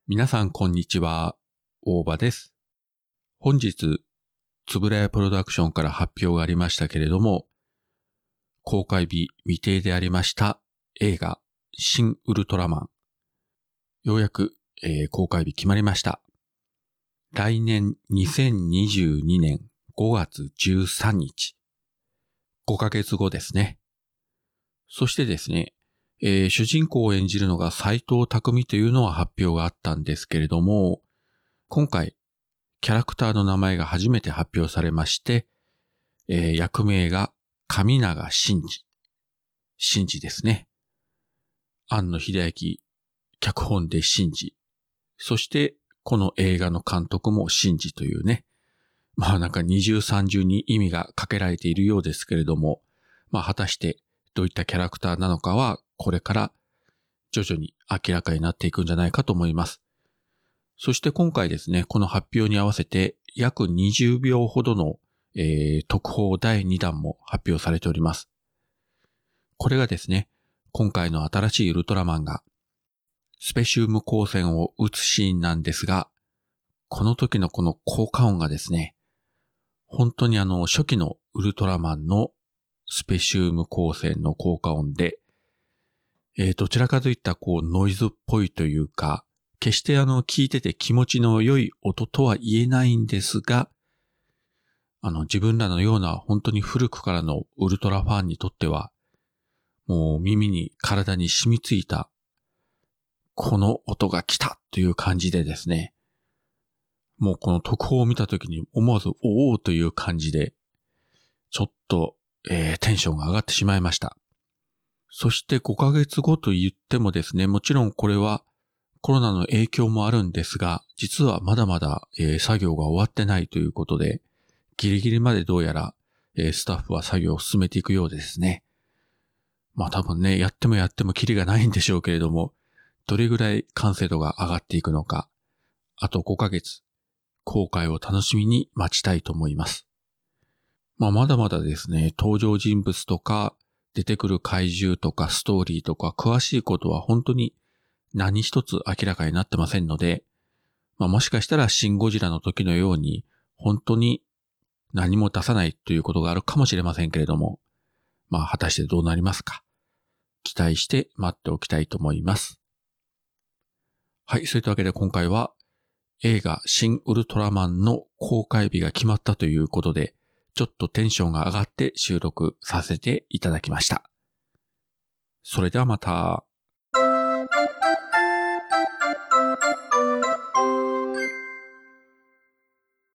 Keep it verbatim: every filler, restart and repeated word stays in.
皆さんこんにちは、大場です。本日、つぶらやプロダクションから発表がありましたけれども、公開日未定でありました映画、新ウルトラマン。ようやく、えー、公開日決まりました。来年にせんにじゅうにねんごがつじゅうさんにち。ごかげつごですね。そしてですね、えー、主人公を演じるのが斎藤工というのは発表があったんですけれども、今回、キャラクターの名前が初めて発表されまして、えー、役名が神永真司。真司ですね。庵野秀明、脚本で真司。そして、この映画の監督も真司というね。まあなんか二重三重に意味がかけられているようですけれども、まあ果たしてどういったキャラクターなのかは、これから徐々に明らかになっていくんじゃないかと思います。そして今回ですね、この発表に合わせて約にじゅうびょうほどの、えー、特報だいにだんも発表されております。これがですね、今回の新しいウルトラマンがスペシウム光線を撃つシーンなんですが、この時のこの効果音がですね、本当にあの初期のウルトラマンのスペシウム光線の効果音で、えー、どちらかといったこうノイズっぽいというか、決してあの聞いてて気持ちの良い音とは言えないんですが、あの自分らのような本当に古くからのウルトラファンにとっては、もう耳に体に染みついたこの音が来たという感じでですね、もうこの特報を見たときに思わずおおという感じで、ちょっと、えー、テンションが上がってしまいました。そしてごかげつごと言ってもですね、もちろんこれはコロナの影響もあるんですが、実はまだまだ、えー、作業が終わってないということで、ギリギリまでどうやら、えー、スタッフは作業を進めていくようですね。まあ多分ね、やってもやってもキリがないんでしょうけれども、どれぐらい完成度が上がっていくのか、あとごかげつ、公開を楽しみに待ちたいと思います。まあまだまだですね、登場人物とか、出てくる怪獣とかストーリーとか詳しいことは本当に何一つ明らかになってませんので、まあ、もしかしたらシン・ゴジラの時のように本当に何も出さないということがあるかもしれませんけれども、まあ果たしてどうなりますか。期待して待っておきたいと思います。はい、そういったわけで今回は映画新ウルトラマンの公開日が決まったということで、ちょっとテンションが上がって収録させていただきました。それではまた。